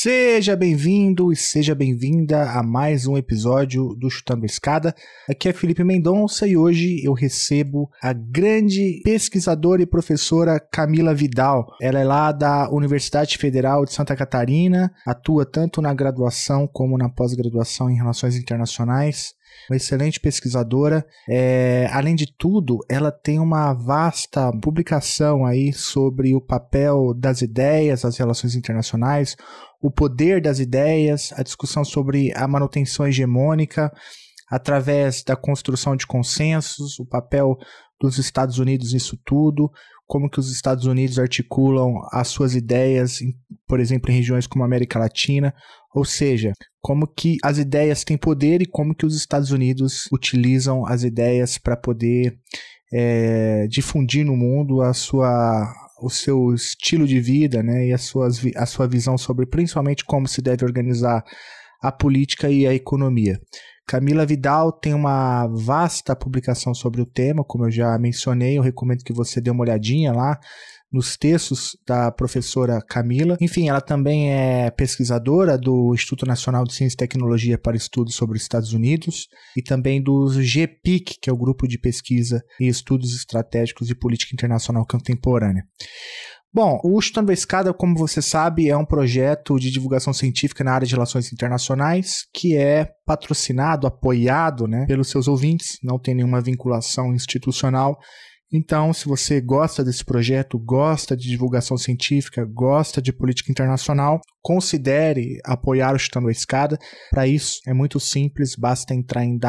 Seja bem-vindo e seja bem-vinda a mais um episódio do Chutando a Escada. Aqui é Felipe Mendonça e hoje eu recebo a grande pesquisadora e professora Camila Vidal. Ela é lá da Universidade Federal de Santa Catarina, atua tanto na graduação como na pós-graduação em Relações Internacionais. Uma excelente pesquisadora. Além de tudo, ela tem uma vasta publicação aí sobre o papel das ideias, as relações internacionais, o poder das ideias, a discussão sobre a manutenção hegemônica através da construção de consensos, o papel dos Estados Unidos nisso tudo, como que os Estados Unidos articulam as suas ideias, por exemplo, em regiões como a América Latina, ou seja, como que as ideias têm poder e como que os Estados Unidos utilizam as ideias para poder difundir no mundo o seu estilo de vida, né, e a sua visão sobre principalmente como se deve organizar a política e a economia. Camila Vidal tem uma vasta publicação sobre o tema, como eu já mencionei, eu recomendo que você dê uma olhadinha lá nos textos da professora Camila. Enfim, ela também é pesquisadora do Instituto Nacional de Ciência e Tecnologia para Estudos sobre os Estados Unidos e também do GPIC, que é o Grupo de Pesquisa e Estudos Estratégicos de Política Internacional Contemporânea. Bom, o Chutando a Escada, como você sabe, é um projeto de divulgação científica na área de relações internacionais que é patrocinado, apoiado, né, pelos seus ouvintes, não tem nenhuma vinculação institucional. Então, se você gosta desse projeto, gosta de divulgação científica, gosta de política internacional, considere apoiar o Chutando a Escada. Para isso, é muito simples, basta entrar em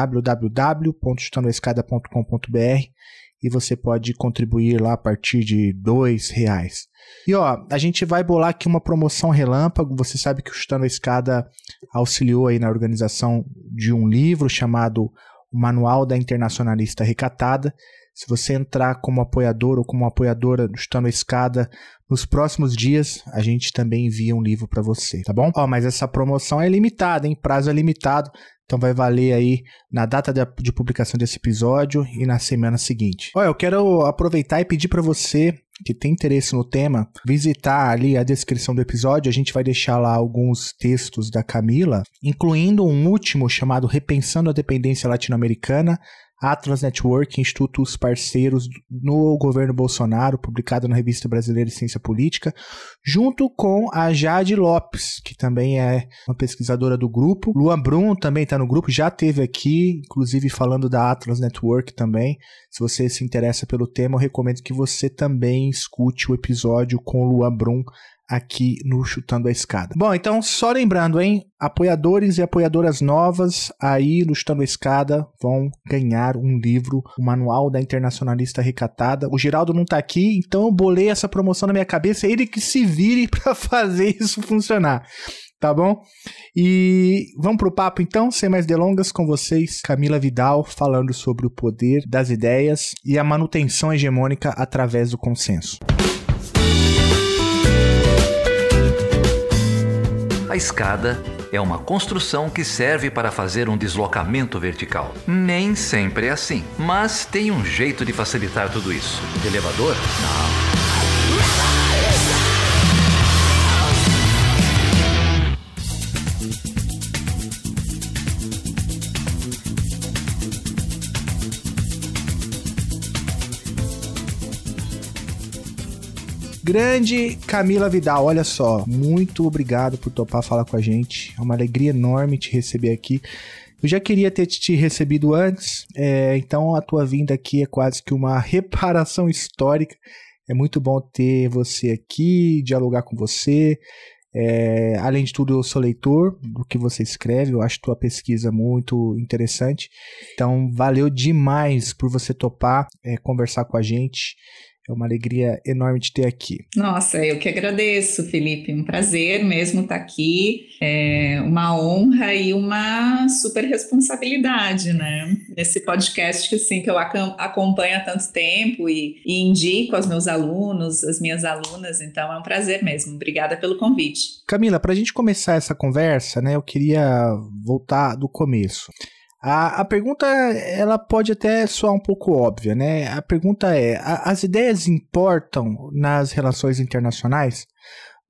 www.chutandoaescada.com.br e você pode contribuir lá a partir de R$2. E a gente vai bolar aqui uma promoção relâmpago. Você sabe que o Chutando a Escada auxiliou aí na organização de um livro chamado O Manual da Internacionalista Recatada. Se você entrar como apoiador ou como apoiadora do Chutando a Escada, nos próximos dias a gente também envia um livro para você, tá bom? Mas essa promoção é limitada, hein? Prazo é limitado, então vai valer aí na data de publicação desse episódio e na semana seguinte. Eu quero aproveitar e pedir para você que tem interesse no tema, visitar ali a descrição do episódio. A gente vai deixar lá alguns textos da Camila, incluindo um último chamado Repensando a Dependência Latino-Americana, Atlas Network, institutos parceiros no governo Bolsonaro, publicado na Revista Brasileira de Ciência Política, junto com a Jade Lopes, que também é uma pesquisadora do grupo. Luan Brum também está no grupo, já esteve aqui, inclusive falando da Atlas Network também. Se você se interessa pelo tema, eu recomendo que você também escute o episódio com o Luan Brum aqui no Chutando a Escada. Bom, então só lembrando, hein? Apoiadores e apoiadoras novas aí no Chutando a Escada vão ganhar um livro, o Manual da Internacionalista Recatada. O Geraldo não tá aqui, então eu bolei essa promoção na minha cabeça, ele que se vire para fazer isso funcionar. Tá bom? E vamos pro papo então, sem mais delongas, com vocês, Camila Vidal, falando sobre o poder das ideias e a manutenção hegemônica através do consenso. A escada é uma construção que serve para fazer um deslocamento vertical. Nem sempre é assim, mas tem um jeito de facilitar tudo isso. Elevador? Não. Grande Camila Vidal, olha só, muito obrigado por topar falar com a gente, é uma alegria enorme te receber aqui. Eu já queria ter te recebido antes, então a tua vinda aqui é quase que uma reparação histórica. É muito bom ter você aqui, dialogar com você. Além de tudo, eu sou leitor do que você escreve, eu acho tua pesquisa muito interessante. Então, valeu demais por você topar conversar com a gente. É uma alegria enorme te ter aqui. Nossa, eu que agradeço, Felipe. Um prazer mesmo estar aqui. É uma honra e uma super responsabilidade, né? Nesse podcast que, assim, que eu acompanho há tanto tempo e indico aos meus alunos, às minhas alunas. Então, é um prazer mesmo. Obrigada pelo convite. Camila, para a gente começar essa conversa, né, eu queria voltar do começo. A pergunta, ela pode até soar um pouco óbvia, né? A pergunta é, as ideias importam nas relações internacionais?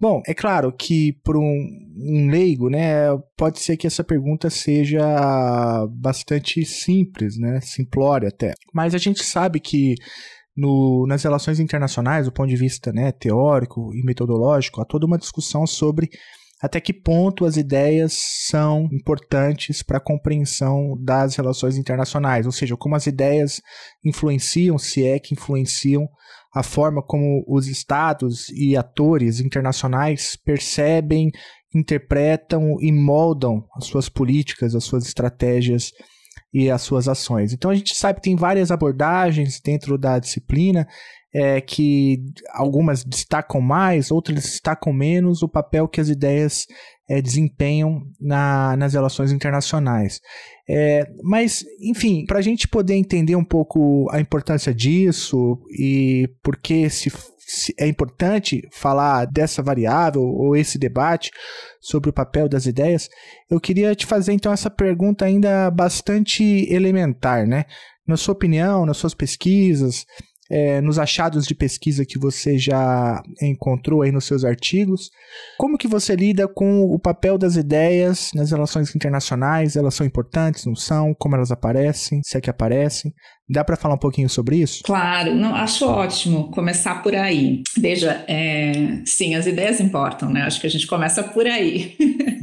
Bom, é claro que por um leigo, né, pode ser que essa pergunta seja bastante simples, né, simplória até. Mas a gente sabe que nas relações internacionais, do ponto de vista, né, teórico e metodológico, há toda uma discussão sobre até que ponto as ideias são importantes para a compreensão das relações internacionais, ou seja, como as ideias influenciam, se é que influenciam, a forma como os estados e atores internacionais percebem, interpretam e moldam as suas políticas, as suas estratégias e as suas ações. Então a gente sabe que tem várias abordagens dentro da disciplina, que algumas destacam mais, outras destacam menos o papel que as ideias desempenham nas relações internacionais. Mas, enfim, para a gente poder entender um pouco a importância disso e por que se é importante falar dessa variável ou esse debate sobre o papel das ideias, eu queria te fazer então essa pergunta ainda bastante elementar, né? Na sua opinião, nas suas pesquisas, nos achados de pesquisa que você já encontrou aí nos seus artigos, como que você lida com o papel das ideias nas relações internacionais? Elas são importantes, não são? Como elas aparecem? Se é que aparecem? Dá para falar um pouquinho sobre isso? Claro, não, acho ótimo começar por aí. Veja, sim, as ideias importam, né? Acho que a gente começa por aí.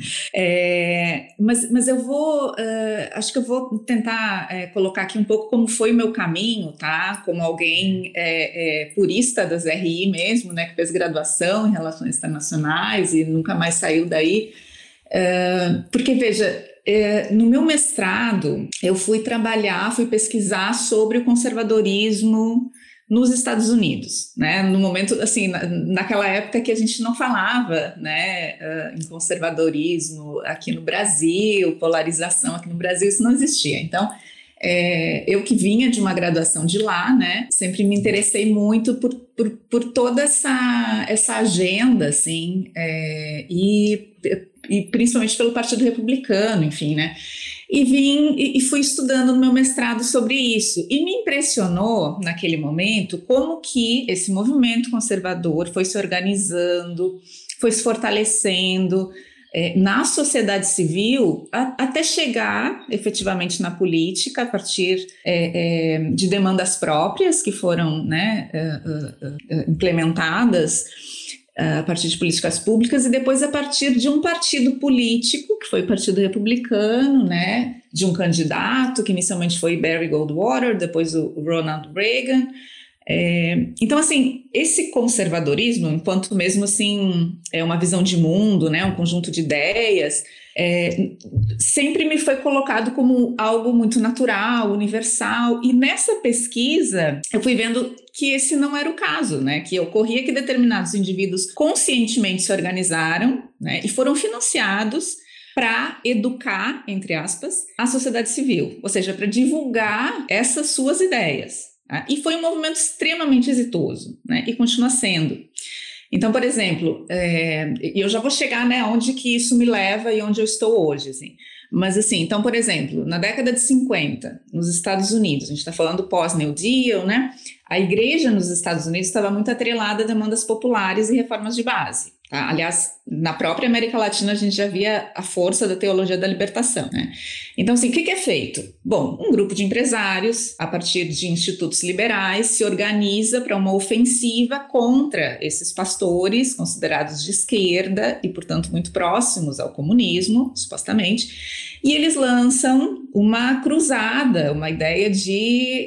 Mas eu vou, acho que eu vou tentar colocar aqui um pouco como foi o meu caminho, tá? Como alguém purista das RI mesmo, né? Que fez graduação em Relações Internacionais e nunca mais saiu daí. Porque, veja, no meu mestrado, eu fui pesquisar sobre o conservadorismo nos Estados Unidos, né? No momento, assim, naquela época que a gente não falava, né, em conservadorismo aqui no Brasil, polarização aqui no Brasil, isso não existia. Então, eu que vinha de uma graduação de lá, né, sempre me interessei muito por toda essa agenda, assim, e principalmente pelo Partido Republicano, enfim, né? E fui estudando no meu mestrado sobre isso. E me impressionou, naquele momento, como que esse movimento conservador foi se organizando, foi se fortalecendo na sociedade civil, até chegar efetivamente na política, a partir de demandas próprias que foram, né, implementadas a partir de políticas públicas e depois a partir de um partido político, que foi o Partido Republicano, né, de um candidato que inicialmente foi Barry Goldwater, depois o Ronald Reagan. Então, assim, esse conservadorismo, enquanto mesmo assim uma visão de mundo, né, um conjunto de ideias, sempre me foi colocado como algo muito natural, universal, e nessa pesquisa eu fui vendo que esse não era o caso, né, que ocorria que determinados indivíduos conscientemente se organizaram, né, e foram financiados para educar, entre aspas, a sociedade civil, ou seja, para divulgar essas suas ideias. E foi um movimento extremamente exitoso, né? E continua sendo. Então, por exemplo, eu já vou chegar, né, onde que isso me leva e onde eu estou hoje, assim. Mas assim, então, por exemplo, na década de 50, nos Estados Unidos, a gente está falando pós-New Deal, né? A igreja nos Estados Unidos estava muito atrelada a demandas populares e reformas de base. Tá? Aliás, na própria América Latina a gente já via a força da teologia da libertação, né? Então, assim, o que é feito? Bom, um grupo de empresários, a partir de institutos liberais, se organiza para uma ofensiva contra esses pastores considerados de esquerda e, portanto, muito próximos ao comunismo, supostamente, e eles lançam uma cruzada, uma ideia de...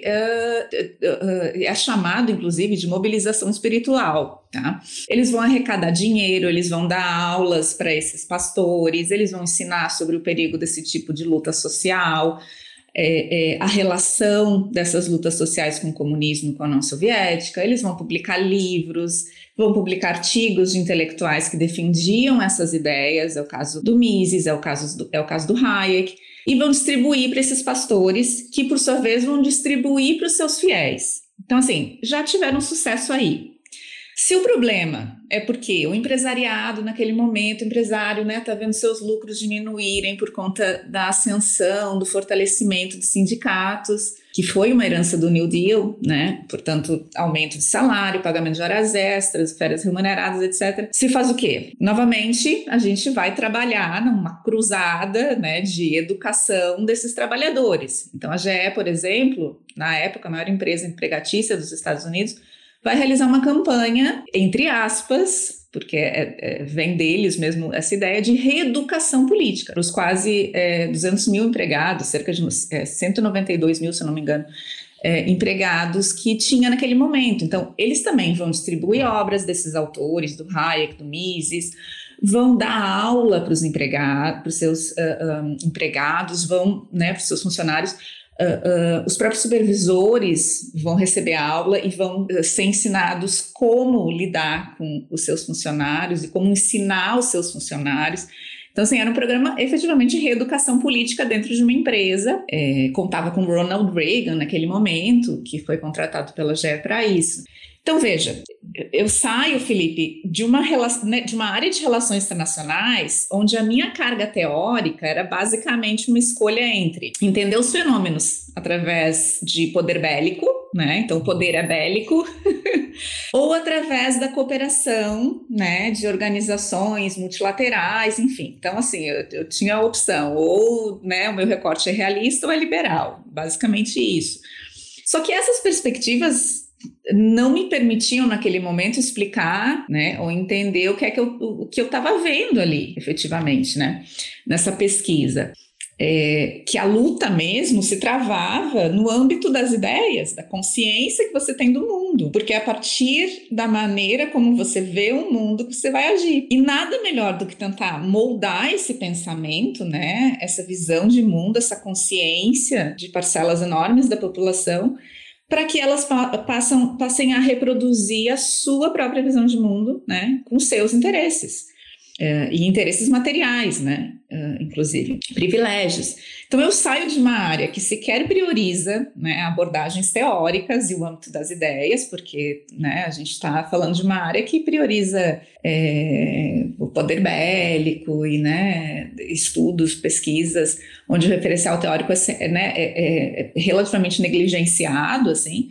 é chamado, inclusive, de mobilização espiritual, tá? Eles vão arrecadar dinheiro, eles vão dar aulas para esses pastores, eles vão ensinar sobre o perigo desse tipo de luta social, a relação dessas lutas sociais com o comunismo e com a União Soviética. Eles vão publicar livros, vão publicar artigos de intelectuais que defendiam essas ideias, é o caso do Mises, é o caso do Hayek, e vão distribuir para esses pastores, que por sua vez vão distribuir para os seus fiéis. Então, assim, já tiveram sucesso aí. Se o problema é porque o empresariado, naquele momento, o empresário está vendo seus lucros diminuírem por conta da ascensão, do fortalecimento de sindicatos, que foi uma herança do New Deal, né? Portanto, aumento de salário, pagamento de horas extras, férias remuneradas, etc. Se faz o quê? Novamente, a gente vai trabalhar numa cruzada, né, de educação desses trabalhadores. Então, a GE, por exemplo, na época, a maior empresa empregatícia dos Estados Unidos, vai realizar uma campanha, entre aspas, porque vem deles mesmo essa ideia de reeducação política, para os quase 200 mil empregados, cerca de 192 mil, se eu não me engano, empregados que tinha naquele momento. Então, eles também vão distribuir obras desses autores, do Hayek, do Mises, vão dar aula para os empregados, para os seus empregados, vão, né, para os seus funcionários. Os próprios supervisores vão receber aula e vão ser ensinados como lidar com os seus funcionários e como ensinar os seus funcionários. Então, assim, era um programa efetivamente de reeducação política dentro de uma empresa. Contava com Ronald Reagan naquele momento, que foi contratado pela GE para isso. Então, veja, eu saio, Felipe, de uma área de relações internacionais onde a minha carga teórica era basicamente uma escolha entre entender os fenômenos através de poder bélico, né? Então, o poder é bélico, ou através da cooperação, né, de organizações multilaterais, enfim. Então, assim, eu tinha a opção, ou, né, o meu recorte é realista ou é liberal, basicamente isso. Só que essas perspectivas não me permitiam naquele momento explicar, né, ou entender o que eu estava vendo ali, efetivamente, né, nessa pesquisa. Que a luta mesmo se travava no âmbito das ideias, da consciência que você tem do mundo, porque é a partir da maneira como você vê o mundo que você vai agir. E nada melhor do que tentar moldar esse pensamento, né, essa visão de mundo, essa consciência de parcelas enormes da população, para que elas passem a reproduzir a sua própria visão de mundo, né, com seus interesses. E interesses materiais, né, inclusive, privilégios. Então, eu saio de uma área que sequer prioriza, né, abordagens teóricas e o âmbito das ideias, porque, né, a gente está falando de uma área que prioriza o poder bélico e, né, estudos, pesquisas, onde o referencial teórico é relativamente negligenciado, assim,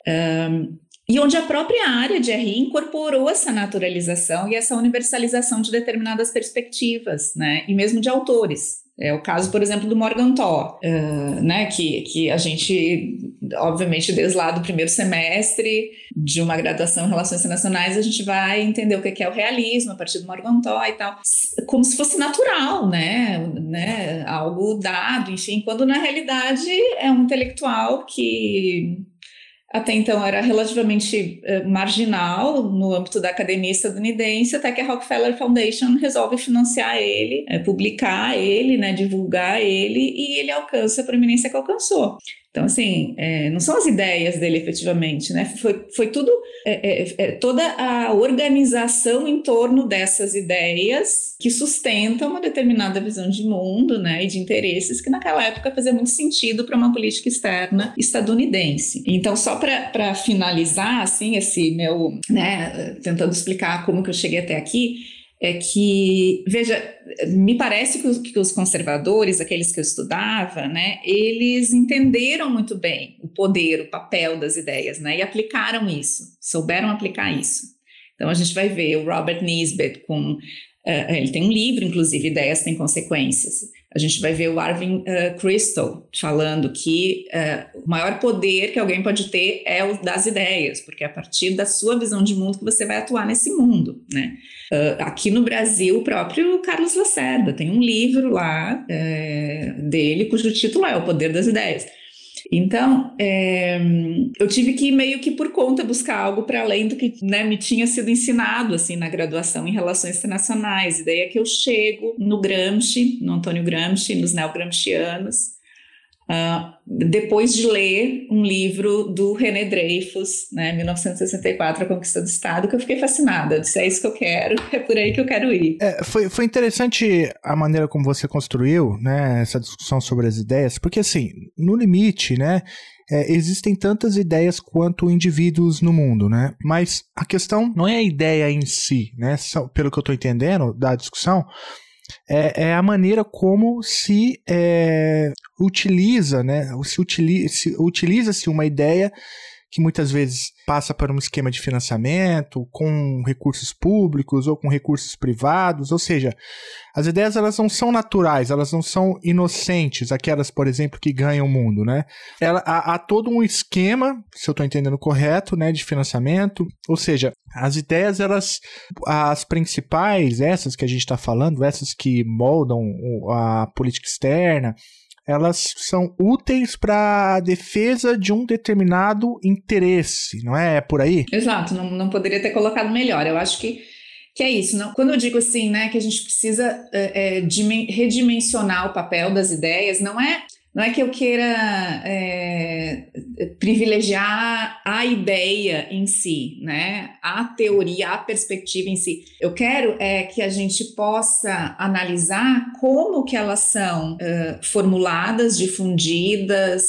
e onde a própria área de RI incorporou essa naturalização e essa universalização de determinadas perspectivas, né, e mesmo de autores. É o caso, por exemplo, do Morgenthau, né, que a gente, obviamente, desde lá do primeiro semestre de uma graduação em Relações Internacionais, a gente vai entender o que é o realismo a partir do Morgenthau e tal, como se fosse natural, né, algo dado, enfim, quando na realidade é um intelectual que até então era relativamente marginal no âmbito da academia estadunidense, até que a Rockefeller Foundation resolve financiar ele, publicar ele, né, divulgar ele, e ele alcança a proeminência que alcançou. Então, assim, não são as ideias dele efetivamente, né? Foi tudo, toda a organização em torno dessas ideias que sustentam uma determinada visão de mundo, né, e de interesses que naquela época fazia muito sentido para uma política externa estadunidense. Então, só para finalizar, assim, esse meu, né, tentando explicar como que eu cheguei até aqui, é que, veja, me parece que os conservadores, aqueles que eu estudava, né, eles entenderam muito bem o poder, o papel das ideias, né, e aplicaram isso, souberam aplicar isso. Então, a gente vai ver o Robert Nisbet ele tem um livro, inclusive, Ideias Têm Consequências. A gente vai ver o Arvin Kristol falando que o maior poder que alguém pode ter é o das ideias, porque é a partir da sua visão de mundo que você vai atuar nesse mundo, né? Aqui no Brasil, o próprio Carlos Lacerda tem um livro lá dele, cujo título é O Poder das Ideias. Então, eu tive que meio que por conta buscar algo para além do que, né, me tinha sido ensinado assim, na graduação em Relações Internacionais. E daí é que eu chego no Gramsci, no Antônio Gramsci, nos neo-gramscianos, depois de ler um livro do René Dreyfus, né, 1964, A Conquista do Estado, que eu fiquei fascinada. Eu disse, é isso que eu quero, é por aí que eu quero ir. Foi interessante a maneira como você construiu, né, essa discussão sobre as ideias, porque assim, no limite, né, existem tantas ideias quanto indivíduos no mundo, né, mas a questão não é a ideia em si, né, pelo que eu estou entendendo da discussão, é a maneira como se utiliza, né? Utiliza-se uma ideia que muitas vezes passa por um esquema de financiamento com recursos públicos ou com recursos privados, ou seja, as ideias elas não são naturais, elas não são inocentes, aquelas, por exemplo, que ganham o mundo, né? Há todo um esquema, se eu estou entendendo correto, né, de financiamento, ou seja, as ideias, as principais, essas que a gente está falando, essas que moldam a política externa, elas são úteis para a defesa de um determinado interesse, não é? É por aí? Exato, não poderia ter colocado melhor. Eu acho que é isso. Não? Quando eu digo assim, né, que a gente precisa redimensionar o papel das ideias, não é que eu queira privilegiar a ideia em si, né? A teoria, a perspectiva em si. Eu quero que a gente possa analisar como que elas são formuladas, difundidas,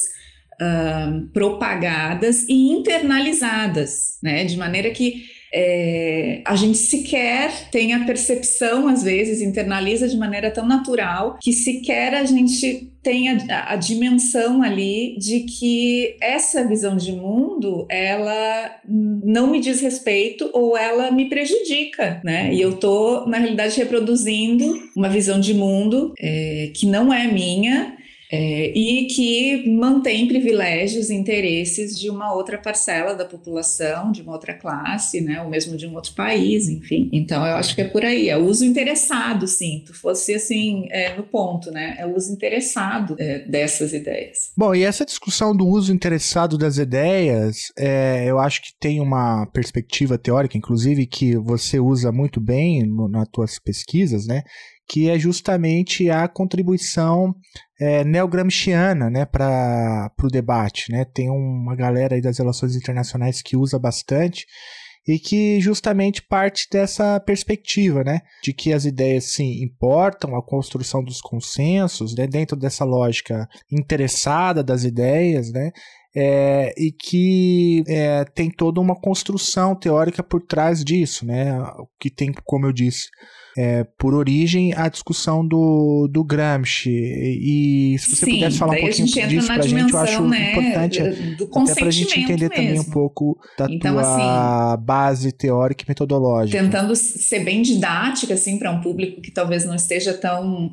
propagadas e internalizadas, né? De maneira que a gente sequer tem a percepção, às vezes, internaliza de maneira tão natural que sequer a gente tem a dimensão ali de que essa visão de mundo, ela não me diz respeito ou ela me prejudica, né? E eu estou, na realidade, reproduzindo uma visão de mundo que não é minha, e que mantém privilégios e interesses de uma outra parcela da população, de uma outra classe, né, ou mesmo de um outro país, enfim. Então, eu acho que é por aí, é o uso interessado, sim, tu fosse assim, no ponto, né, é o uso interessado dessas ideias. Bom, e essa discussão do uso interessado das ideias, eu acho que tem uma perspectiva teórica, inclusive, que você usa muito bem nas tuas pesquisas, né, que é justamente a contribuição neo-gramsciana, né, para o debate, né? Tem uma galera aí das relações internacionais que usa bastante e que justamente parte dessa perspectiva, né, de que as ideias sim importam, a construção dos consensos, né, dentro dessa lógica interessada das ideias, né, e que tem toda uma construção teórica por trás disso, né, que tem, como eu disse, por origem a discussão do Gramsci, e se você pudesse falar um pouquinho disso pra gente, eu acho importante até pra gente entender mesmo. Também um pouco da tua assim, base teórica e metodológica. Tentando ser bem didática, assim, para um público que talvez não esteja tão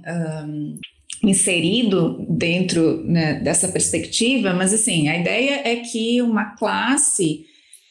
inserido dentro, né, dessa perspectiva, mas assim, a ideia é que uma classe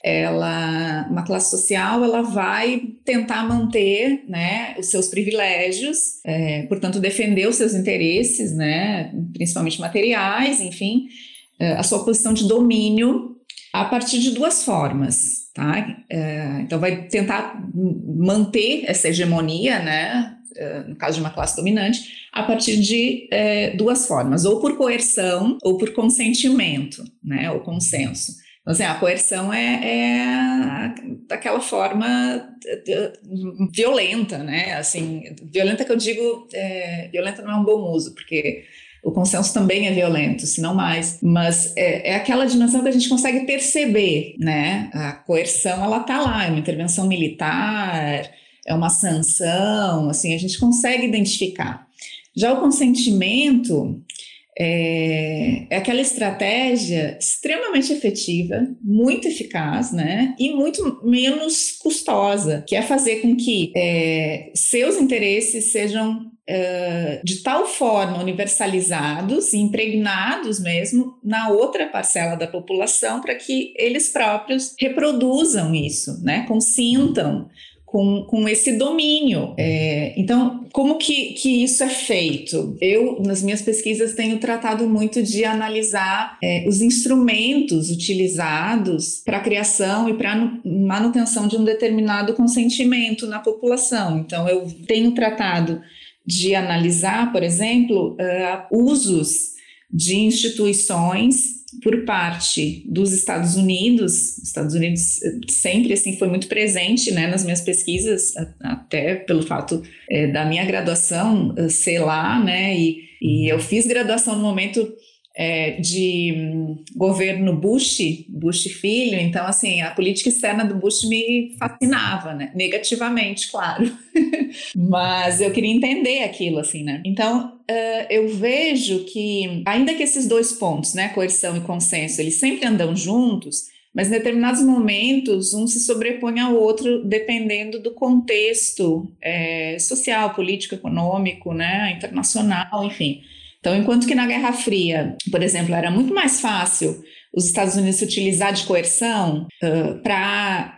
social, ela vai tentar manter, né, os seus privilégios, portanto, defender os seus interesses, né, principalmente materiais, enfim, a sua posição de domínio a partir de duas formas, tá? Então, vai tentar manter essa hegemonia, né, no caso de uma classe dominante, a partir de duas formas, ou por coerção ou por consentimento, né, ou consenso. Então, assim, a coerção é daquela forma violenta, né? Assim, violenta que eu digo, violenta não é um bom uso, porque o consenso também é violento, se não mais. Mas é aquela dimensão que a gente consegue perceber, né? A coerção, ela está lá, é uma intervenção militar, é uma sanção, assim, a gente consegue identificar. Já o consentimento é aquela estratégia extremamente efetiva, muito eficaz, né? E muito menos custosa, que é fazer com que seus interesses sejam de tal forma universalizados e impregnados mesmo na outra parcela da população para que eles próprios reproduzam isso, né? Consintam com esse domínio. Então, como que isso é feito? Eu, nas minhas pesquisas, tenho tratado muito de analisar os instrumentos utilizados para a criação e para a manutenção de um determinado consentimento na população. Então, eu tenho tratado de analisar, por exemplo, usos de instituições por parte dos Estados Unidos. Os Estados Unidos sempre assim, foi muito presente, né, nas minhas pesquisas, até pelo fato da minha graduação ser lá, né, e eu fiz graduação no momento de governo Bush filho, então assim, a política externa do Bush me fascinava, né, negativamente, claro, mas eu queria entender aquilo, assim, né, então eu vejo que, ainda que esses dois pontos, né, coerção e consenso, eles sempre andam juntos, mas em determinados momentos um se sobrepõe ao outro dependendo do contexto social, político, econômico, né, internacional, enfim. Então, enquanto que na Guerra Fria, por exemplo, era muito mais fácil os Estados Unidos se utilizar de coerção para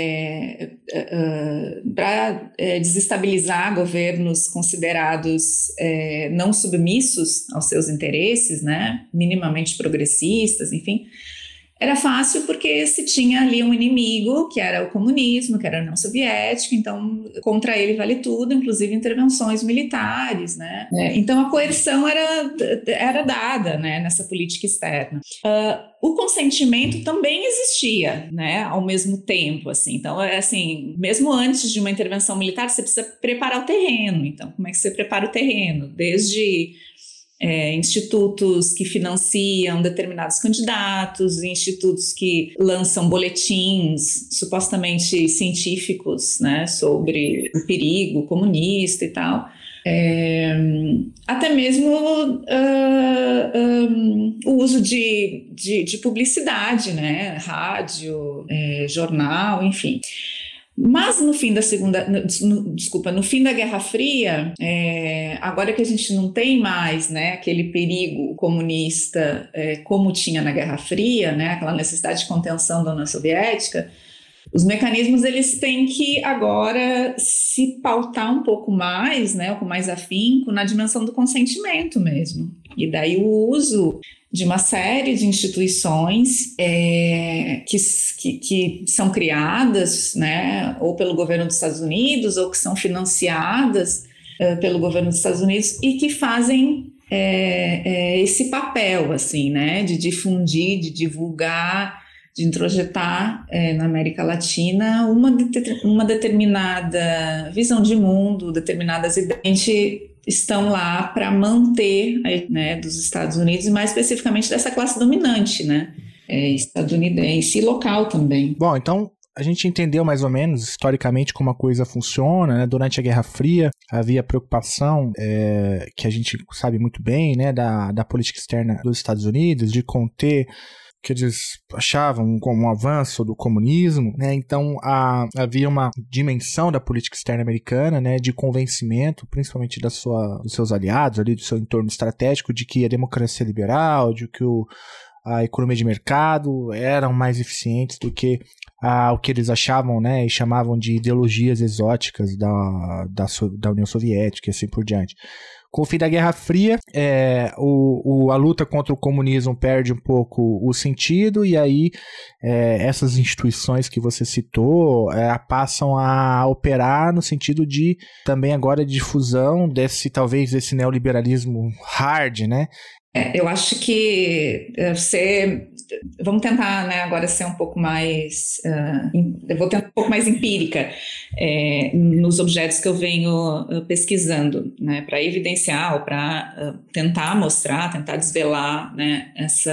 desestabilizar governos considerados não submissos aos seus interesses, né, minimamente progressistas, enfim. Era fácil porque se tinha ali um inimigo, que era o comunismo, que era a União Soviética, então contra ele vale tudo, inclusive intervenções militares, né? Então a coerção era dada, né, nessa política externa. O consentimento também existia, né, ao mesmo tempo, assim. Então, assim, mesmo antes de uma intervenção militar, você precisa preparar o terreno. Então, como é que você prepara o terreno? Desde institutos que financiam determinados candidatos, institutos que lançam boletins supostamente científicos, né, sobre o perigo comunista e tal. Até mesmo o uso de publicidade, né, rádio, jornal, enfim. Mas no fim no fim da Guerra Fria, agora que a gente não tem mais, né, aquele perigo comunista como tinha na Guerra Fria, né, aquela necessidade de contenção da União Soviética, os mecanismos eles têm que agora se pautar um pouco mais, né, com mais afinco na dimensão do consentimento mesmo. E daí o uso de uma série de instituições que são criadas, né, ou pelo governo dos Estados Unidos, ou que são financiadas pelo governo dos Estados Unidos e que fazem esse papel, assim, né, de difundir, de divulgar, de introjetar na América Latina uma determinada visão de mundo, determinadas ideias estão lá para manter, né, dos Estados Unidos e mais especificamente dessa classe dominante, né, estadunidense e local também. Bom, então a gente entendeu mais ou menos historicamente como a coisa funciona, né? Durante a Guerra Fria havia preocupação que a gente sabe muito bem, né, da política externa dos Estados Unidos, de conter que eles achavam como um avanço do comunismo, né? Então havia uma dimensão da política externa americana, né, de convencimento, principalmente dos seus aliados, ali, do seu entorno estratégico, de que a democracia liberal, de que a economia de mercado eram mais eficientes do que o que eles achavam, né, e chamavam de ideologias exóticas da União Soviética e assim por diante. Com o fim da Guerra Fria, a luta contra o comunismo perde um pouco o sentido e aí essas instituições que você citou passam a operar no sentido de também agora de difusão talvez desse neoliberalismo hard, né? Eu acho que vamos tentar, né, agora ser um pouco mais, eu vou tentar um pouco mais empírica nos objetos que eu venho pesquisando, né, para evidenciar ou para tentar mostrar, tentar desvelar, né,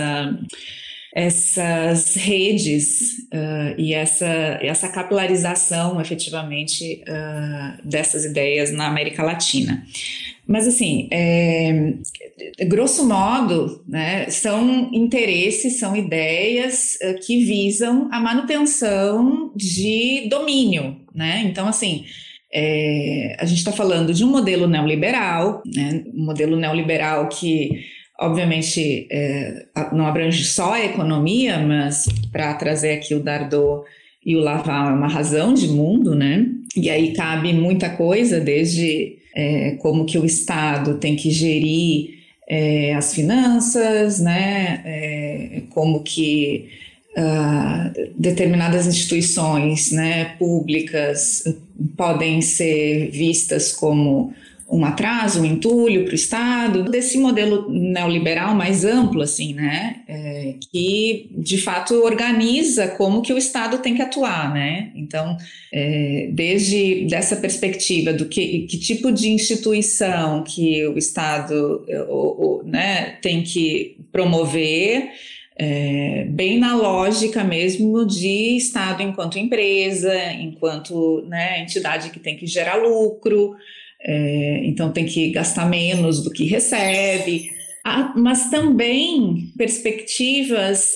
essas redes e essa capilarização efetivamente dessas ideias na América Latina. Mas assim, grosso modo, né, são interesses, são ideias que visam a manutenção de domínio, né? Então assim, a gente está falando de um modelo neoliberal, né, um modelo neoliberal que obviamente não abrange só a economia, mas para trazer aqui o Dardot e o Laval é uma razão de mundo, né? E aí cabe muita coisa, desde como que o Estado tem que gerir as finanças, né? Como que determinadas instituições, né, públicas podem ser vistas como um atraso, um entulho para o Estado, desse modelo neoliberal mais amplo, assim, né, que de fato organiza como que o Estado tem que atuar, né, então, desde dessa perspectiva do que tipo de instituição que o Estado né, tem que promover, bem na lógica mesmo de Estado enquanto empresa, enquanto, né, entidade que tem que gerar lucro, então tem que gastar menos do que recebe, mas também perspectivas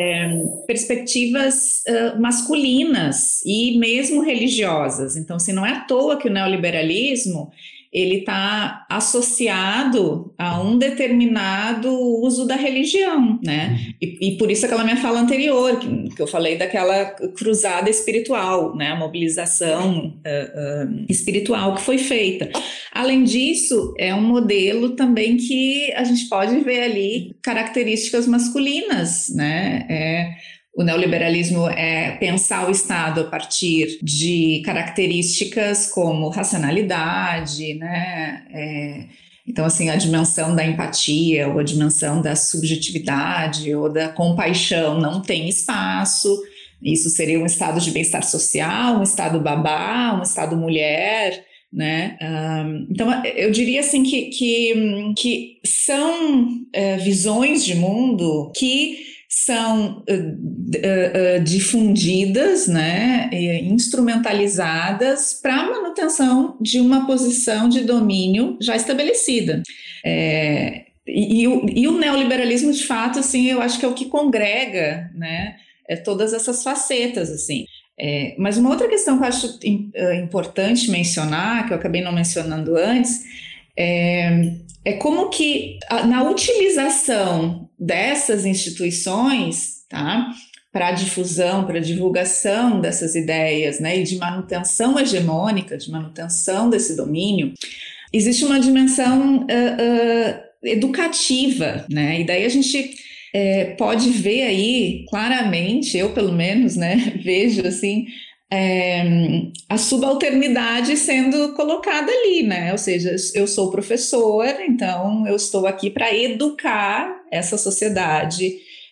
masculinas e mesmo religiosas. Então, assim, não é à toa que o neoliberalismo ele está associado a um determinado uso da religião, né? E por isso aquela minha fala anterior, que eu falei daquela cruzada espiritual, né? A mobilização espiritual que foi feita. Além disso, é um modelo também que a gente pode ver ali características masculinas, né? O neoliberalismo é pensar o Estado a partir de características como racionalidade, né? Então, assim, a dimensão da empatia ou a dimensão da subjetividade ou da compaixão não tem espaço. Isso seria um estado de bem-estar social, um estado babá, um estado mulher, né? Então, eu diria assim que são visões de mundo que são difundidas, né, instrumentalizadas para a manutenção de uma posição de domínio já estabelecida. E o neoliberalismo, de fato, assim, eu acho que é o que congrega, né, todas essas facetas, assim. Mas uma outra questão que eu acho importante mencionar, que eu acabei não mencionando antes, é como que na utilização dessas instituições, tá, para a difusão, para a divulgação dessas ideias, né, e de manutenção hegemônica, de manutenção desse domínio, existe uma dimensão educativa, né, e daí a gente pode ver aí claramente, eu pelo menos, né, vejo assim, a subalternidade sendo colocada ali, né? Ou seja, eu sou professor, então eu estou aqui para educar essa sociedade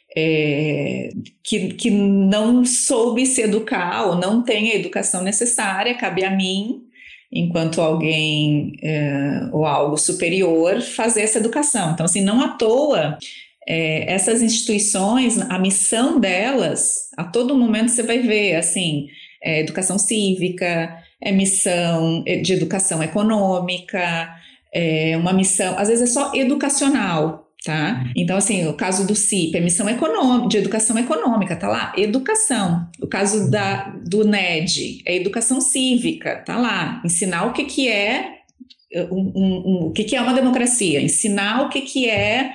que não soube se educar ou não tem a educação necessária, cabe a mim, enquanto alguém ou algo superior, fazer essa educação. Então, assim, não à toa essas instituições, a missão delas, a todo momento você vai ver, assim, educação cívica, missão de educação econômica, uma missão, às vezes é só educacional, tá? Então, assim, o caso do CIP é missão de educação econômica, tá lá, educação. O caso do NED é educação cívica, tá lá, ensinar o que é o que é uma democracia, ensinar o que é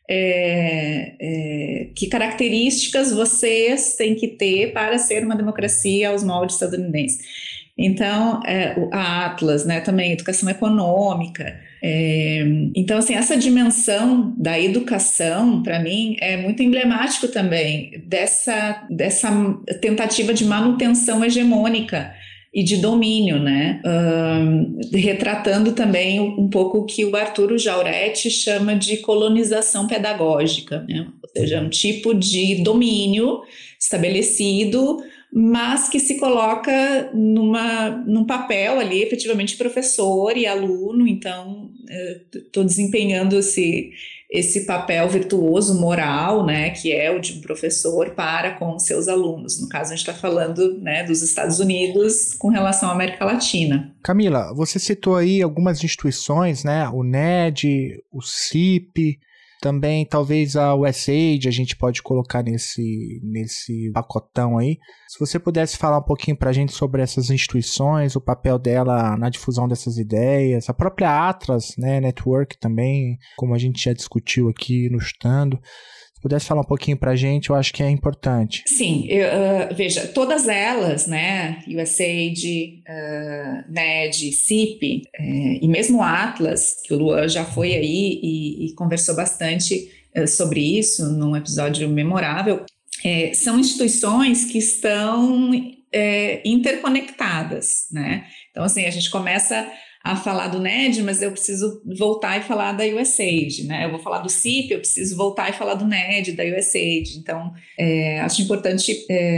que características vocês têm que ter para ser uma democracia aos moldes estadunidenses. Então, a Atlas, né, também educação econômica. Então, assim, essa dimensão da educação, para mim, é muito emblemático também dessa tentativa de manutenção hegemônica e de domínio, né? Retratando também um pouco o que o Arturo Jauretti chama de colonização pedagógica, né? Ou seja, um tipo de domínio estabelecido, mas que se coloca num papel ali, efetivamente, professor e aluno. Então, estou desempenhando esse papel virtuoso, moral, né, que é o de um professor para com os seus alunos. No caso, a gente está falando, né, dos Estados Unidos com relação à América Latina. Camila, você citou aí algumas instituições, né, o NED, o CIP, também talvez a USAID a gente pode colocar nesse pacotão aí. Se você pudesse falar um pouquinho para a gente sobre essas instituições, o papel dela na difusão dessas ideias, a própria Atlas, né, Network também, como a gente já discutiu aqui no Estando. Se pudesse falar um pouquinho para a gente, eu acho que é importante. Sim, veja, todas elas, né, USAID, NED, CIP, e mesmo a Atlas, que o Luan já foi aí e conversou bastante sobre isso num episódio memorável, são instituições que estão interconectadas, né? Então, assim, a gente começa a falar do NED, mas eu preciso voltar e falar da USAID, né? Eu vou falar do CIP, eu preciso voltar e falar do NED, da USAID. Então, acho importante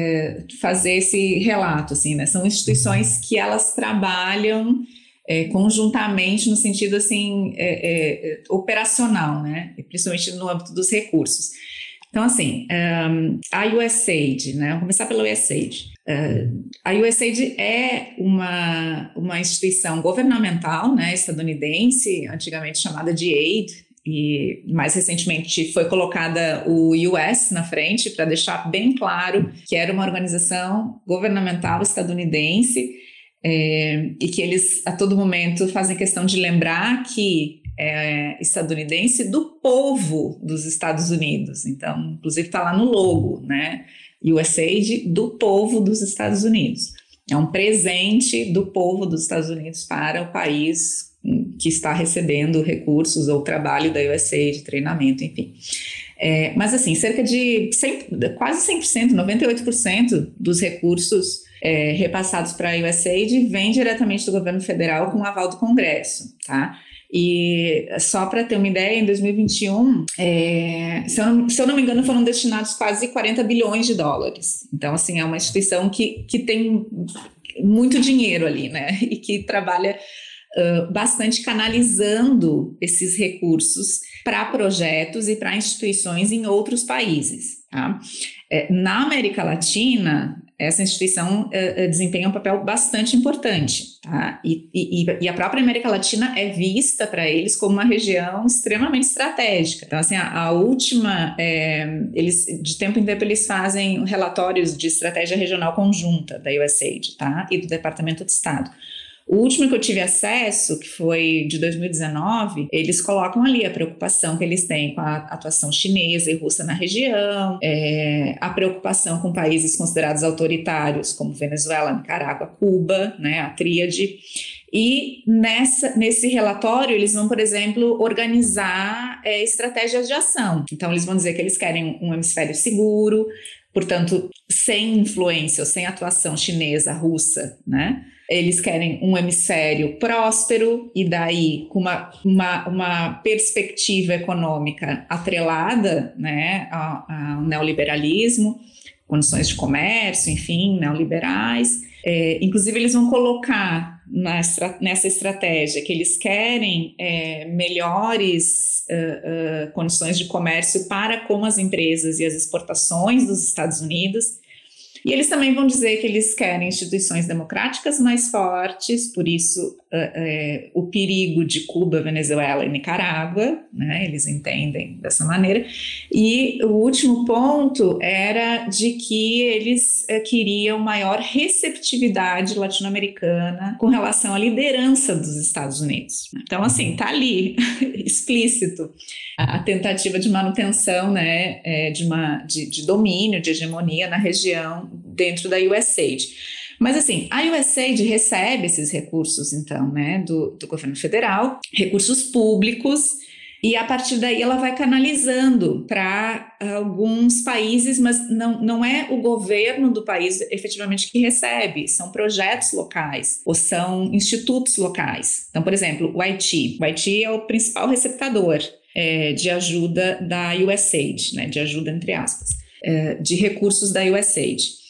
fazer esse relato, assim, né? São instituições que elas trabalham conjuntamente no sentido, assim, operacional, né? Principalmente no âmbito dos recursos. Então, assim, a USAID, né? Vamos começar pela USAID. A USAID é uma instituição governamental, né, estadunidense, antigamente chamada de AID, e mais recentemente foi colocada o US na frente para deixar bem claro que era uma organização governamental estadunidense e que eles a todo momento fazem questão de lembrar que estadunidense do povo dos Estados Unidos. Então, inclusive está lá no logo, né? USAID do povo dos Estados Unidos. É um presente do povo dos Estados Unidos para o país que está recebendo recursos ou trabalho da USAID, treinamento, enfim. Mas assim, cerca de quase 100%, 98% dos recursos repassados para a USAID vem diretamente do governo federal com o aval do Congresso, tá? E só para ter uma ideia, em 2021, se eu não me engano, foram destinados quase 40 bilhões de dólares. Então, assim, é uma instituição que tem muito dinheiro ali, né? E que trabalha bastante canalizando esses recursos para projetos e para instituições em outros países, tá? Na América Latina, essa instituição desempenha um papel bastante importante, tá? E a própria América Latina é vista para eles como uma região extremamente estratégica. Então, assim, a última, eles, de tempo em tempo, eles fazem relatórios de estratégia regional conjunta da USAID, tá? E do Departamento de Estado. O último que eu tive acesso, que foi de 2019, eles colocam ali a preocupação que eles têm com a atuação chinesa e russa na região, a preocupação com países considerados autoritários, como Venezuela, Nicarágua, Cuba, né, a tríade. E nesse relatório, eles vão, por exemplo, organizar estratégias de ação. Então, eles vão dizer que eles querem um hemisfério seguro, portanto, sem influência ou sem atuação chinesa, russa, né? Eles querem um hemisfério próspero e daí com uma perspectiva econômica atrelada, né, ao neoliberalismo, condições de comércio, enfim, neoliberais. Inclusive, eles vão colocar nessa estratégia que eles querem melhores condições de comércio para com as empresas e as exportações dos Estados Unidos. E eles também vão dizer que eles querem instituições democráticas mais fortes, por isso o perigo de Cuba, Venezuela e Nicarágua, né, eles entendem dessa maneira. E o último ponto era de que eles queriam maior receptividade latino-americana com relação à liderança dos Estados Unidos. Então, assim, está ali, explícito, a tentativa de manutenção, né, de domínio, de hegemonia na região dentro da USAID. Mas assim, a USAID recebe esses recursos, então, né, do governo federal, recursos públicos, e a partir daí ela vai canalizando para alguns países, mas não é o governo do país efetivamente que recebe, são projetos locais ou são institutos locais. Então, por exemplo, o Haiti é o principal receptador de ajuda da USAID, né, de ajuda entre aspas, de recursos da USAID.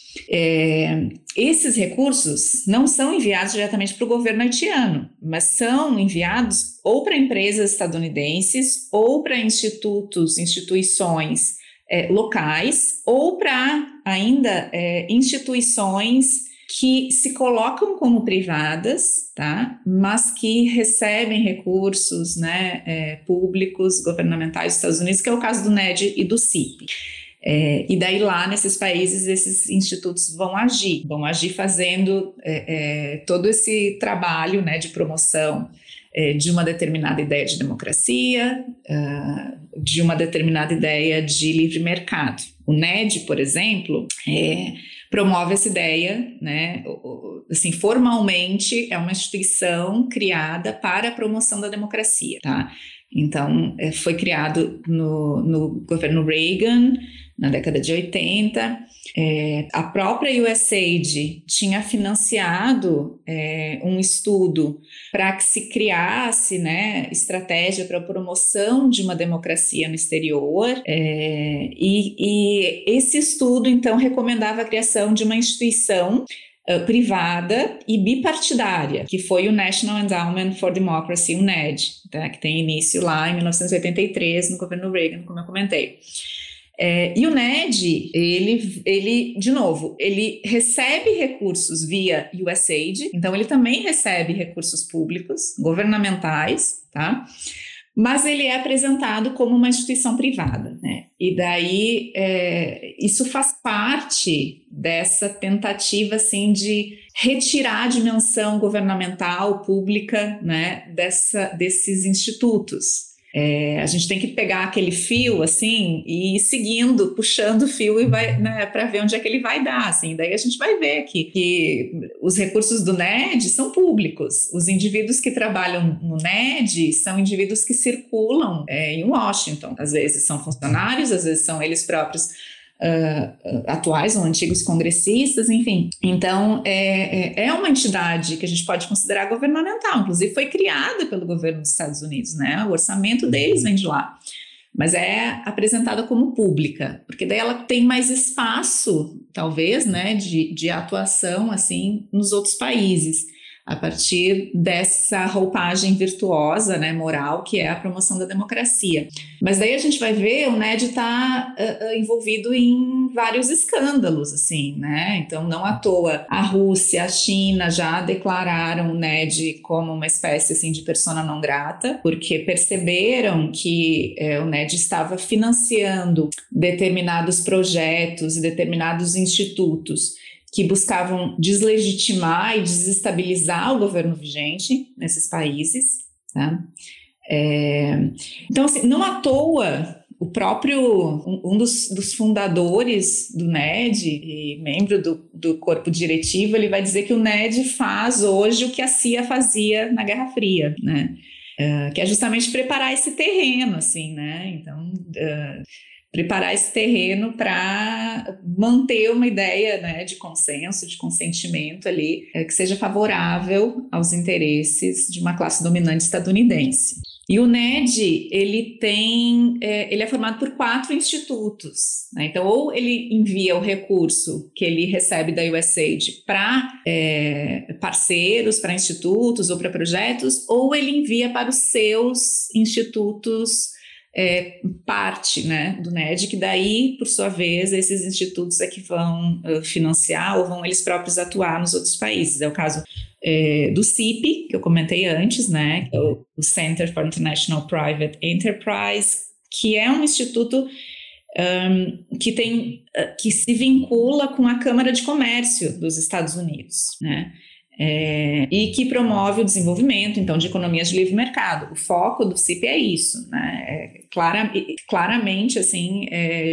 Esses recursos não são enviados diretamente para o governo haitiano, mas são enviados ou para empresas estadunidenses ou para instituições locais ou para ainda instituições que se colocam como privadas, tá? Mas que recebem recursos, né, públicos, governamentais dos Estados Unidos, que é o caso do NED e do CIP. E daí lá nesses países esses institutos vão agir fazendo todo esse trabalho, né, de promoção de uma determinada ideia de democracia, de uma determinada ideia de livre mercado. O NED, por exemplo, promove essa ideia, né, assim, formalmente é uma instituição criada para a promoção da democracia, tá? Então, foi criado no governo Reagan, na década de 80. A própria USAID tinha financiado um estudo para que se criasse, né, estratégia para a promoção de uma democracia no exterior, e esse estudo, então, recomendava a criação de uma instituição privada e bipartidária, que foi o National Endowment for Democracy, o NED, tá, que tem início lá em 1983, no governo Reagan, como eu comentei. E o NED, ele, de novo, ele recebe recursos via USAID, então ele também recebe recursos públicos, governamentais, tá? Mas ele é apresentado como uma instituição privada, né? E daí isso faz parte dessa tentativa, assim, de retirar a dimensão governamental, pública, né, desses institutos. A gente tem que pegar aquele fio, assim, e ir seguindo, puxando o fio e vai, né, para ver onde é que ele vai dar, assim. Daí a gente vai ver que os recursos do NED são públicos. Os indivíduos que trabalham no NED são indivíduos que circulam em Washington. Às vezes são funcionários, às vezes são eles próprios atuais ou antigos congressistas, enfim. Então, é uma entidade que a gente pode considerar governamental, inclusive foi criada pelo governo dos Estados Unidos, né? O orçamento deles vem de lá, mas é apresentada como pública, porque daí ela tem mais espaço, talvez, né, de atuação, assim, nos outros países, a partir dessa roupagem virtuosa, né, moral, que é a promoção da democracia. Mas daí a gente vai ver, o NED está envolvido em vários escândalos, assim, né? Então, não à toa, a Rússia, a China já declararam o NED como uma espécie, assim, de persona não grata, porque perceberam que o NED estava financiando determinados projetos e determinados institutos que buscavam deslegitimar e desestabilizar o governo vigente nesses países, tá? Então, assim, não à toa, o próprio, um dos fundadores do NED e membro do corpo diretivo, ele vai dizer que o NED faz hoje o que a CIA fazia na Guerra Fria, né? Que é justamente preparar esse terreno, assim, né? Então, preparar esse terreno para manter uma ideia, né, de consenso, de consentimento ali, que seja favorável aos interesses de uma classe dominante estadunidense. E o NED, ele é formado por 4 institutos, né? Então, ou ele envia o recurso que ele recebe da USAID para parceiros, para institutos ou para projetos, ou ele envia para os seus institutos parte, né, do NED, que daí, por sua vez, esses institutos é que vão financiar ou vão eles próprios atuar nos outros países. É o caso do CIP, que eu comentei antes, né, que é o Center for International Private Enterprise, que é um instituto que se vincula com a Câmara de Comércio dos Estados Unidos, né, e que promove o desenvolvimento, então, de economias de livre mercado. O foco do CIP é isso, né? Claramente, assim,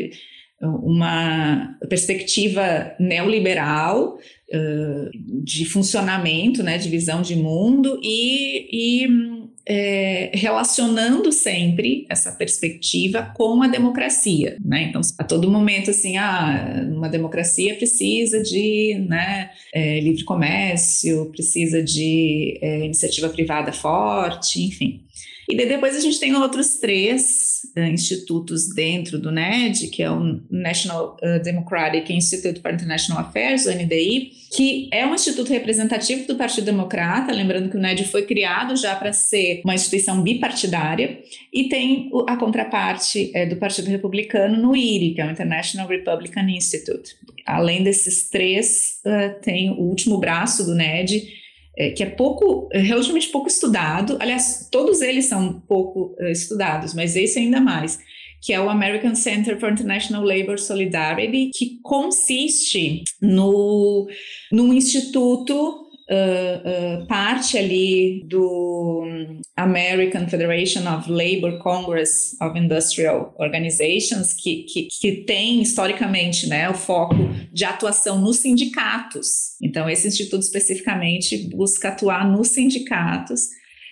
uma perspectiva neoliberal de funcionamento, né, de visão de mundo e relacionando sempre essa perspectiva com a democracia, né? Então, a todo momento, assim, uma democracia precisa de, né, livre comércio, precisa de iniciativa privada forte, enfim. E depois a gente tem outros 3 institutos dentro do NED, que é o National Democratic Institute for International Affairs, o NDI, que é um instituto representativo do Partido Democrata, lembrando que o NED foi criado já para ser uma instituição bipartidária, e tem a contraparte do Partido Republicano no IRI, que é o International Republican Institute. Além desses 3, tem o último braço do NED, que é relativamente pouco estudado. Aliás, todos eles são pouco estudados, mas esse ainda mais, que é o American Center for International Labor Solidarity, que consiste num instituto, parte ali do American Federation of Labor Congress of Industrial Organizations, que tem historicamente, né, o foco de atuação nos sindicatos. Então, esse instituto especificamente busca atuar nos sindicatos,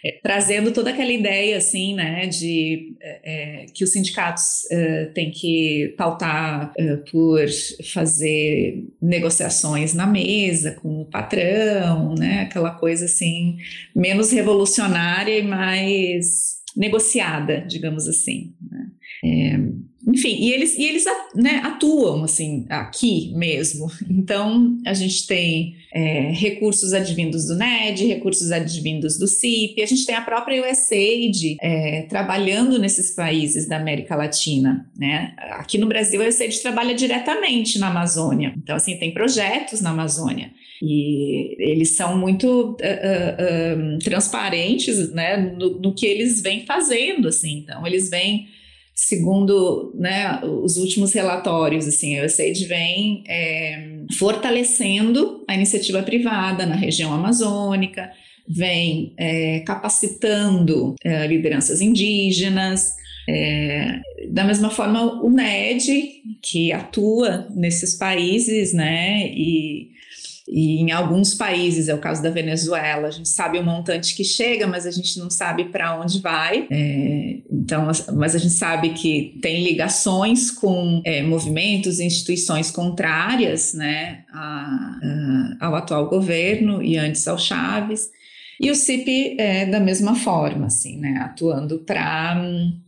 trazendo toda aquela ideia, assim, né, de que os sindicatos têm que pautar por fazer negociações na mesa com o patrão, né, aquela coisa, assim, menos revolucionária e mais negociada, digamos assim, né. Enfim, e eles né, atuam assim, aqui mesmo. Então, a gente tem recursos advindos do NED, recursos advindos do CIP, a gente tem a própria USAID trabalhando nesses países da América Latina, né? Aqui no Brasil, a USAID trabalha diretamente na Amazônia. Então, assim, tem projetos na Amazônia. E eles são muito transparentes, né, no que eles vêm fazendo, assim. Então, eles vêm, segundo, né, os últimos relatórios, assim, a USAID vem fortalecendo a iniciativa privada na região amazônica, vem capacitando lideranças indígenas. Da mesma forma, o NED, que atua nesses países, né, e em alguns países, é o caso da Venezuela, a gente sabe o montante que chega, mas a gente não sabe para onde vai. Então, mas a gente sabe que tem ligações com movimentos e instituições contrárias, né, ao atual governo e antes ao Chávez. E o CIP da mesma forma, assim, né, atuando para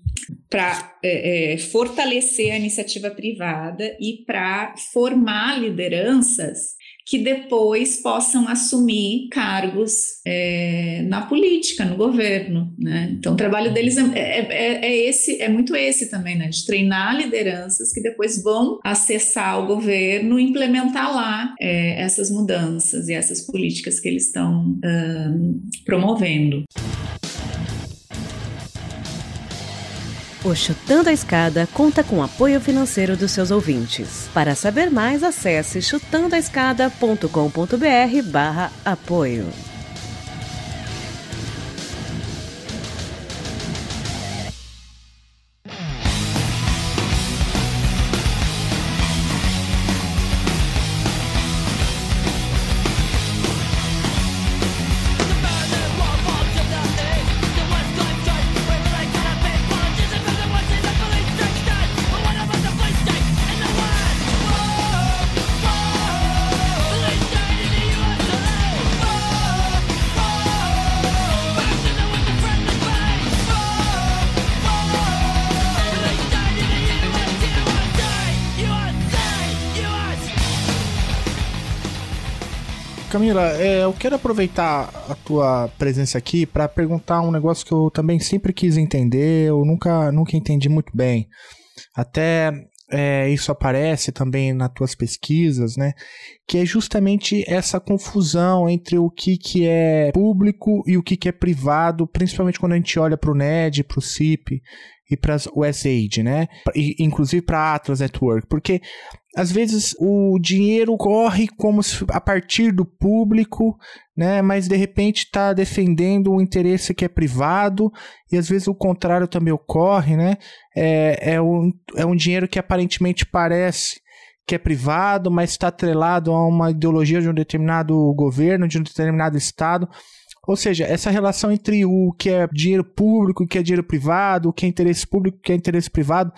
fortalecer a iniciativa privada e para formar lideranças que depois possam assumir cargos na política, no governo, né? Então, o trabalho deles é muito esse também, né? De treinar lideranças que depois vão acessar o governo e implementar lá essas mudanças e essas políticas que eles estão promovendo. O Chutando a Escada conta com apoio financeiro dos seus ouvintes. Para saber mais, acesse chutandoaescada.com.br/apoio. Camila, eu quero aproveitar a tua presença aqui para perguntar um negócio que eu também sempre quis entender, eu nunca entendi muito bem. Até isso aparece também nas tuas pesquisas, né? Que é justamente essa confusão entre o que é público e o que é privado, principalmente quando a gente olha para o NED, para o CIP e para as USAID, né? E, inclusive para a Atlas Network, porque às vezes o dinheiro corre como se, a partir do público, né? Mas de repente está defendendo um interesse que é privado, e às vezes o contrário também ocorre, né? É um dinheiro que aparentemente parece que é privado, mas está atrelado a uma ideologia de um determinado governo, de um determinado estado. Ou seja, essa relação entre o que é dinheiro público, o que é dinheiro privado, o que é interesse público, o que é interesse privado,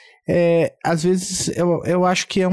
às vezes eu acho que há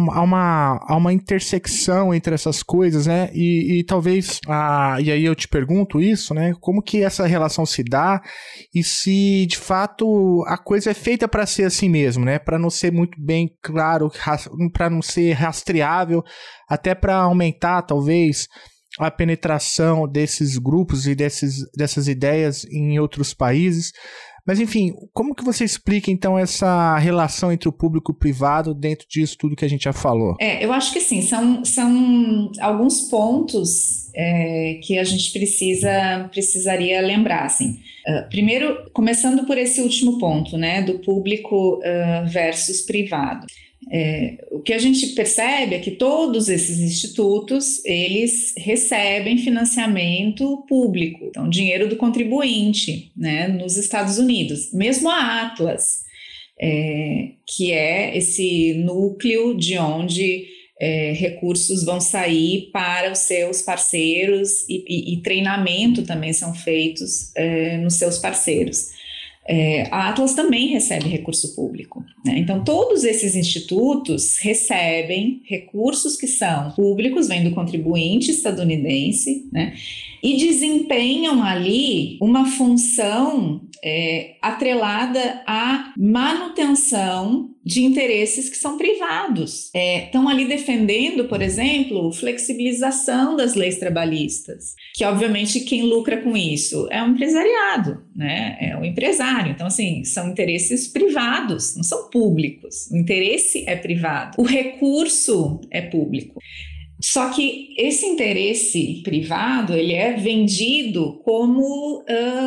uma intersecção entre essas coisas, né? E talvez, e aí eu te pergunto isso, né? Como que essa relação se dá e se de fato a coisa é feita para ser assim mesmo, né? Para não ser muito bem claro, para não ser rastreável, até para aumentar talvez a penetração desses grupos e dessas ideias em outros países. Mas, enfim, como que você explica, então, essa relação entre o público e o privado dentro disso tudo que a gente já falou? Eu acho que sim, são alguns pontos que a gente precisaria lembrar, assim. Primeiro, começando por esse último ponto, né, do público versus privado. O que a gente percebe é que todos esses institutos, eles recebem financiamento público, então dinheiro do contribuinte, né, nos Estados Unidos. Mesmo a Atlas, que é esse núcleo de onde recursos vão sair para os seus parceiros e treinamento também são feitos nos seus parceiros. A Atlas também recebe recurso público, né? Então, todos esses institutos recebem recursos que são públicos, vêm do contribuinte estadunidense, né? E desempenham ali uma função atrelada à manutenção de interesses que são privados. Estão ali defendendo, por exemplo, flexibilização das leis trabalhistas, que obviamente quem lucra com isso é o empresariado, né? É o empresário. Então, assim, são interesses privados, não são públicos. O interesse é privado, o recurso é público. Só que esse interesse privado, ele é vendido como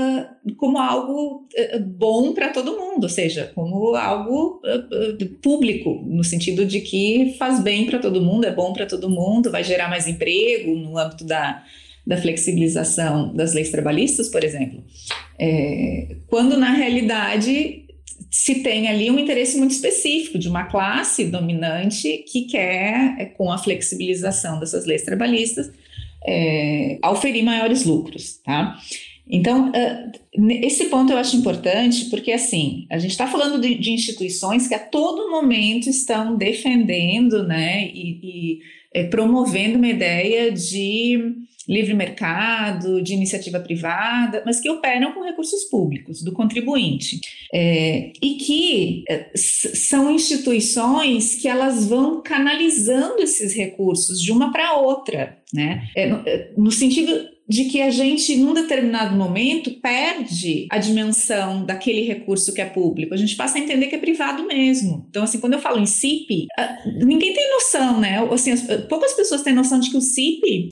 algo bom para todo mundo, ou seja, como algo público, no sentido de que faz bem para todo mundo, é bom para todo mundo, vai gerar mais emprego no âmbito da flexibilização das leis trabalhistas, por exemplo. Quando, na realidade, se tem ali um interesse muito específico de uma classe dominante que quer, com a flexibilização dessas leis trabalhistas, auferir maiores lucros, tá? Então, esse ponto eu acho importante porque, assim, a gente está falando de instituições que a todo momento estão defendendo, né, e promovendo uma ideia de livre mercado, de iniciativa privada, mas que operam com recursos públicos, do contribuinte. E que são instituições que elas vão canalizando esses recursos de uma para outra, né? No sentido de que a gente, num determinado momento, perde a dimensão daquele recurso que é público. A gente passa a entender que é privado mesmo. Então, assim, quando eu falo em CIP, ninguém tem noção, né? Assim, poucas pessoas têm noção de que o CIP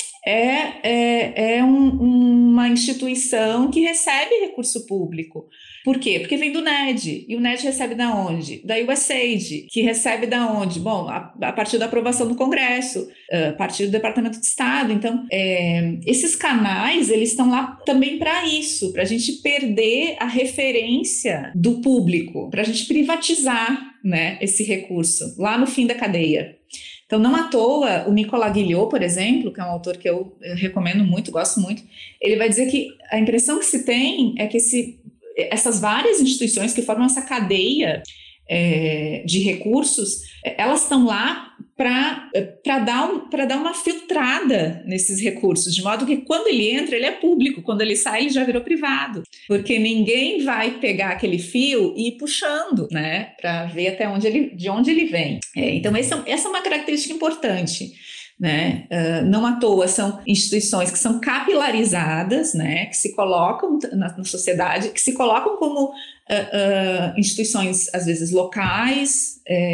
é uma instituição que recebe recurso público. Por quê? Porque vem do NED, e o NED recebe da onde? Da USAID, que recebe da onde? Bom, a partir da aprovação do Congresso, a partir do Departamento de Estado. Então, esses canais, eles estão lá também para isso, para a gente perder a referência do público, para a gente privatizar, né, esse recurso lá no fim da cadeia. Então, não à toa, o Nicolas Guillot, por exemplo, que é um autor que eu recomendo muito, gosto muito, ele vai dizer que a impressão que se tem é que essas várias instituições que formam essa cadeia de recursos, elas estão lá para dar uma filtrada nesses recursos, de modo que quando ele entra, ele é público, quando ele sai, ele já virou privado, porque ninguém vai pegar aquele fio e ir puxando, né, para ver até de onde ele vem. Então, essa é uma característica importante, né? Não à toa são instituições que são capilarizadas, né? Que se colocam na sociedade, que se colocam como instituições, às vezes, locais,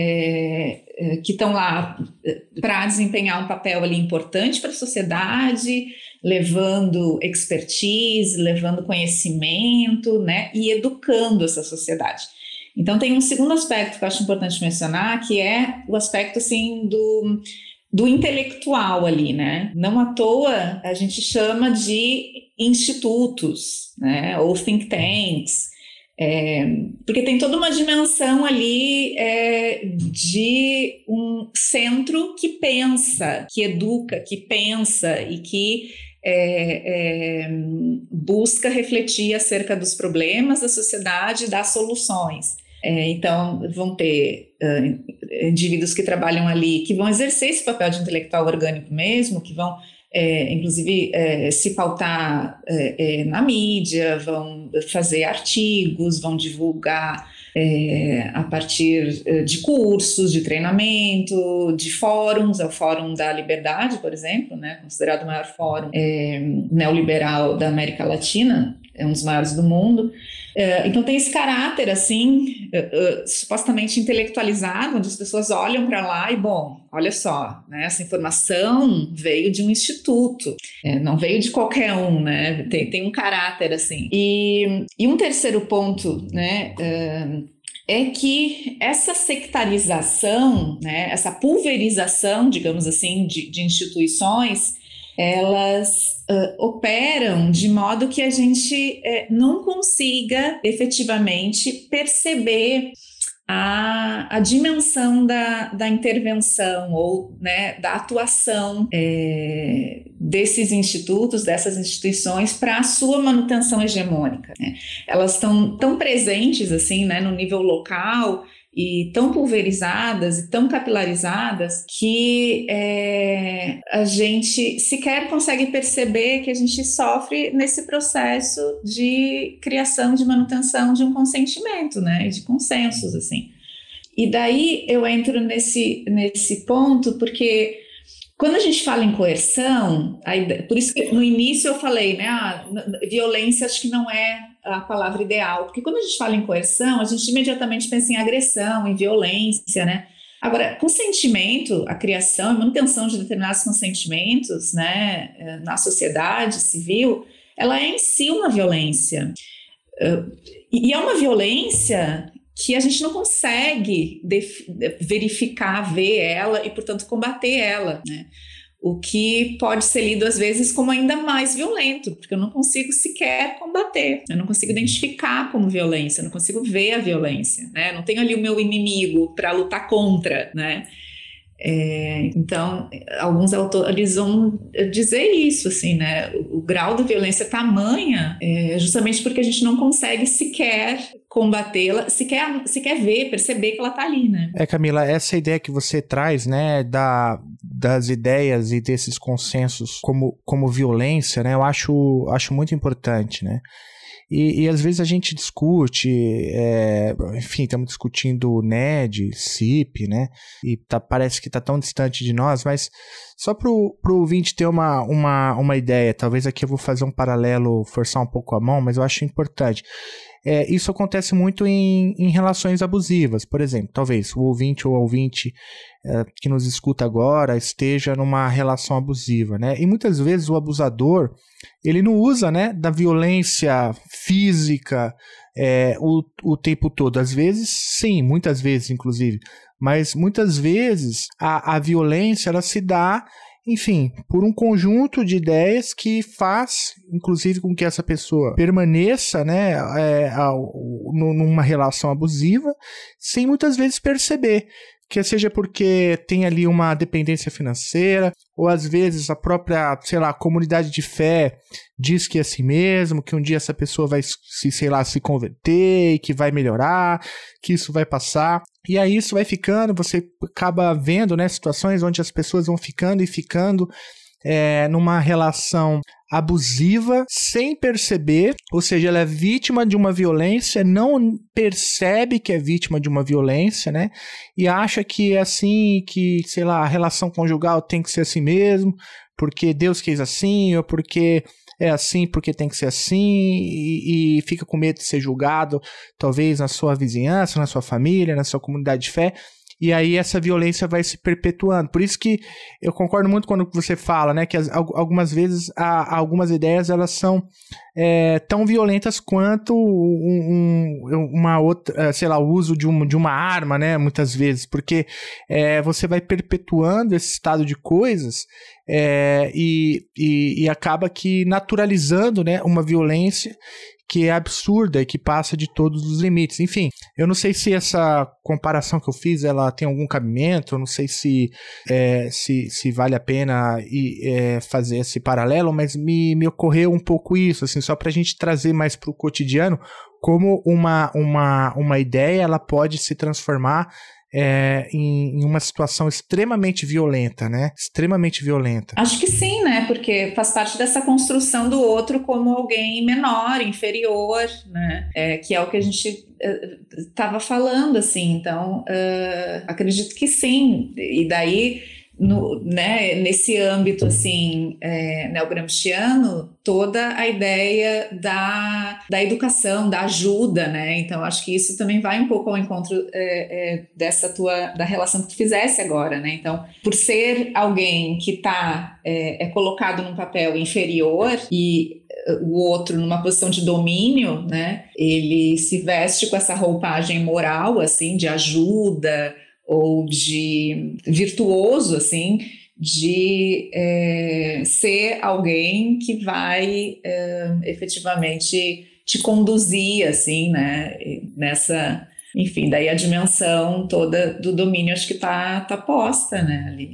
que estão lá para desempenhar um papel ali importante para a sociedade, levando expertise, levando conhecimento, né? E educando essa sociedade. Então, tem um segundo aspecto que eu acho importante mencionar, que é o aspecto, assim, do intelectual ali, né? Não à toa a gente chama de institutos, né? Ou think tanks, porque tem toda uma dimensão ali de um centro que pensa, que educa, que pensa e que busca refletir acerca dos problemas da sociedade e das soluções. Então, vão ter indivíduos que trabalham ali, que vão exercer esse papel de intelectual orgânico mesmo, que vão, inclusive, se pautar na mídia, vão fazer artigos, vão divulgar a partir de cursos, de treinamento, de fóruns. É o Fórum da Liberdade, por exemplo, né, considerado o maior fórum neoliberal da América Latina, é um dos maiores do mundo. Então tem esse caráter assim, supostamente intelectualizado, onde as pessoas olham para lá e, bom, olha só, né, essa informação veio de um instituto, não veio de qualquer um, né, tem um caráter assim. E um terceiro ponto, né, é que essa sectarização, né, essa pulverização, digamos assim, de instituições, elas operam de modo que a gente não consiga efetivamente perceber a dimensão da intervenção ou, né, da atuação desses institutos, dessas instituições para a sua manutenção hegemônica, né? Elas estão tão presentes assim, né, no nível local e tão pulverizadas e tão capilarizadas que a gente sequer consegue perceber que a gente sofre nesse processo de criação, de manutenção de um consentimento, né, de consensos, assim. E daí eu entro nesse ponto porque quando a gente fala em coerção, por isso que no início eu falei, né, violência acho que não é a palavra ideal, porque quando a gente fala em coerção, a gente imediatamente pensa em agressão, em violência, né? Agora, consentimento, a criação e manutenção de determinados consentimentos, né, na sociedade civil, ela é em si uma violência. E é uma violência que a gente não consegue verificar, ver ela e, portanto, combater ela, né? O que pode ser lido, às vezes, como ainda mais violento, porque eu não consigo sequer combater, eu não consigo identificar como violência, eu não consigo ver a violência, né? Não tenho ali o meu inimigo para lutar contra, né? Então, alguns autores vão dizer isso, assim, né? O grau de violência tamanha justamente porque a gente não consegue sequer combatê-la, sequer ver, perceber que ela está ali, né? Camila, essa ideia que você traz, né, das ideias e desses consensos como violência, né, eu acho muito importante, né? E às vezes a gente discute, enfim, estamos discutindo NED, CIP, né? E parece que está tão distante de nós, mas só para o ouvinte ter uma ideia, talvez aqui eu vou fazer um paralelo, forçar um pouco a mão, mas eu acho importante. Isso acontece muito em relações abusivas, por exemplo, talvez o ouvinte ou a ouvinte que nos escuta agora esteja numa relação abusiva, né? E muitas vezes o abusador, ele não usa, né, da violência física o tempo todo. Às vezes, sim, muitas vezes, inclusive, mas muitas vezes a violência ela se dá, enfim, por um conjunto de ideias que faz, inclusive, com que essa pessoa permaneça, né, numa relação abusiva, sem muitas vezes perceber. Que seja porque tem ali uma dependência financeira, ou às vezes a própria, sei lá, comunidade de fé diz que é assim mesmo, que um dia essa pessoa vai se converter, e que vai melhorar, que isso vai passar. E aí isso vai ficando, você acaba vendo, né, situações onde as pessoas vão ficando numa relação abusiva sem perceber, ou seja, ela é vítima de uma violência, não percebe que é vítima de uma violência, né? E acha que é assim, que, sei lá, a relação conjugal tem que ser assim mesmo, porque Deus quis assim, ou porque é assim, porque tem que ser assim, e fica com medo de ser julgado, talvez na sua vizinhança, na sua família, na sua comunidade de fé. E aí essa violência vai se perpetuando. Por isso que eu concordo muito quando você fala, né, que algumas vezes algumas ideias elas são tão violentas quanto uma outra, sei lá, o uso de uma arma, né, muitas vezes, porque você vai perpetuando esse estado de coisas e acaba que naturalizando, né, uma violência que é absurda e que passa de todos os limites. Enfim, eu não sei se essa comparação que eu fiz, ela tem algum cabimento, eu não sei se vale a pena fazer esse paralelo, mas me ocorreu um pouco isso, assim, só para a gente trazer mais para o cotidiano, como uma ideia ela pode se transformar em uma situação extremamente violenta, né? Extremamente violenta. Acho que sim, né? Porque faz parte dessa construção do outro como alguém menor, inferior, né? Que é o que a gente estava falando, assim. Então, acredito que sim. E daí, nesse âmbito, assim, neogramsciano, toda a ideia da educação, da ajuda, né? Então, acho que isso também vai um pouco ao encontro da relação que tu fizesse agora, né? Então, por ser alguém que está colocado num papel inferior e o outro numa posição de domínio, né? Ele se veste com essa roupagem moral, assim, de ajuda ou de virtuoso, assim, de ser alguém que vai efetivamente te conduzir, assim, né, enfim, daí a dimensão toda do domínio acho que tá posta, né, ali.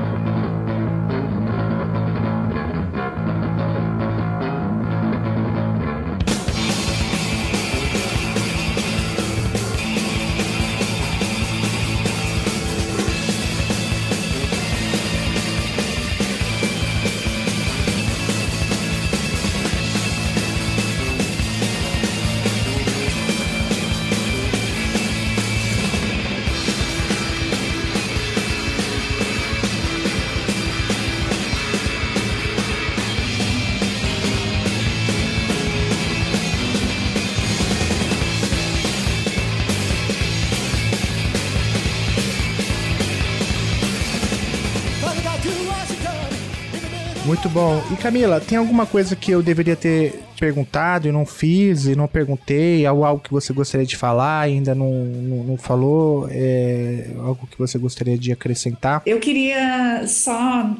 Muito bom. E Camila, tem alguma coisa que eu deveria ter perguntado e não fiz, e não perguntei? Algo que você gostaria de falar e ainda não falou? Algo que você gostaria de acrescentar? Eu queria só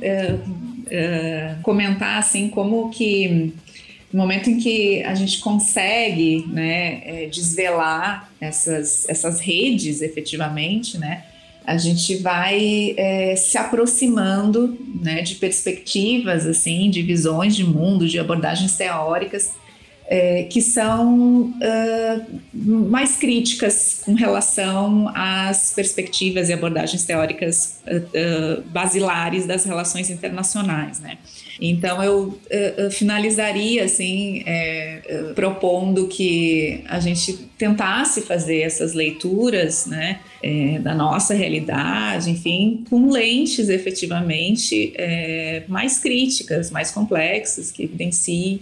comentar, assim, como que no momento em que a gente consegue, né, desvelar essas redes, efetivamente, né, a gente vai se aproximando, né, de perspectivas, assim, de visões de mundo, de abordagens teóricas que são mais críticas com relação às perspectivas e abordagens teóricas basilares das relações internacionais, né? Então eu finalizaria assim propondo que a gente tentasse fazer essas leituras, né, da nossa realidade, enfim, com lentes efetivamente mais críticas, mais complexas, que evidenciem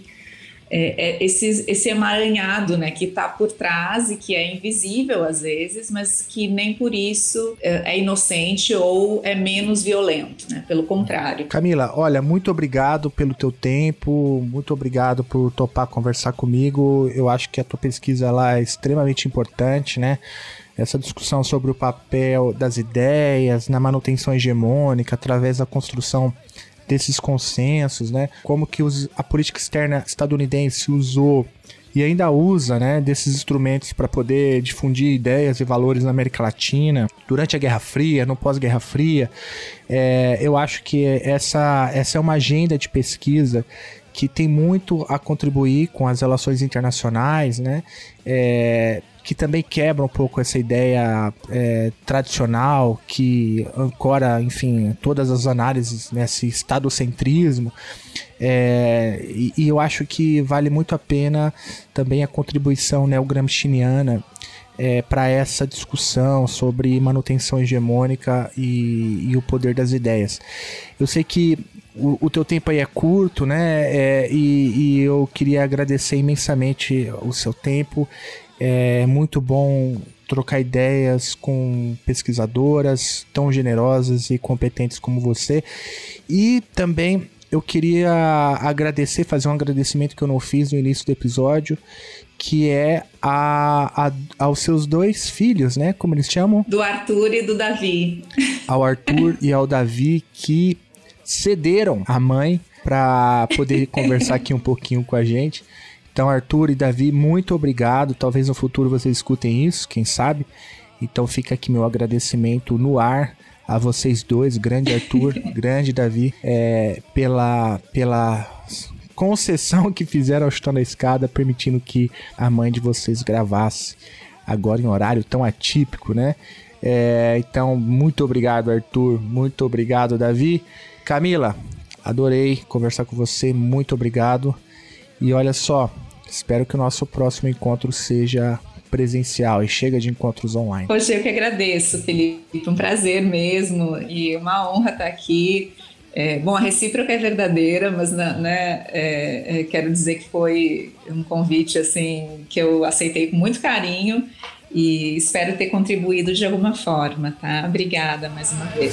esse emaranhado, né, que está por trás e que é invisível às vezes, mas que nem por isso é inocente ou é menos violento, né? Pelo contrário. Camila, olha, muito obrigado pelo teu tempo, muito obrigado por topar conversar comigo. Eu acho que a tua pesquisa lá é extremamente importante, né? Essa discussão sobre o papel das ideias na manutenção hegemônica através da construção desses consensos, né? Como que a política externa estadunidense usou e ainda usa, né, desses instrumentos para poder difundir ideias e valores na América Latina durante a Guerra Fria, no pós-Guerra Fria. Eu acho que essa é uma agenda de pesquisa que tem muito a contribuir com as relações internacionais, né? Que também quebra um pouco essa ideia tradicional que ancora, enfim, todas as análises nesse estadocentrismo. E eu acho que vale muito a pena também a contribuição neogramsciana para essa discussão sobre manutenção hegemônica e o poder das ideias. Eu sei que o teu tempo aí é curto, né? E eu queria agradecer imensamente o seu tempo. É muito bom trocar ideias com pesquisadoras tão generosas e competentes como você. E também eu queria fazer um agradecimento que eu não fiz no início do episódio, que é aos seus dois filhos, né? Como eles chamam? Do Arthur e do Davi. Ao Arthur e ao Davi, que cederam a mãe para poder conversar aqui um pouquinho com a gente. Então, Arthur e Davi, muito obrigado. Talvez no futuro vocês escutem isso, quem sabe. Então fica aqui meu agradecimento no ar a vocês dois, grande Arthur, grande Davi, pela concessão que fizeram ao Chutando a Escada, permitindo que a mãe de vocês gravasse agora em horário tão atípico, né? Então, muito obrigado, Arthur. Muito obrigado, Davi. Camila, adorei conversar com você. Muito obrigado. E olha só, espero que o nosso próximo encontro seja presencial e chega de encontros online. Poxa, eu que agradeço, Felipe. Um prazer mesmo e uma honra estar aqui. Bom, a recíproca é verdadeira, mas né, quero dizer que foi um convite assim, que eu aceitei com muito carinho e espero ter contribuído de alguma forma, tá? Obrigada mais uma vez.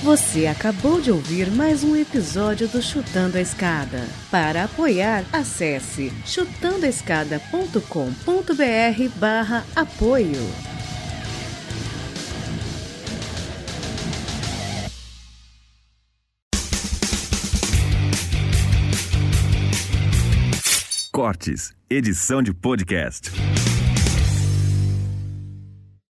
Você acabou de ouvir mais um episódio do Chutando a Escada. Para apoiar, acesse chutandoaescada.com.br/apoio. Cortes, edição de podcast.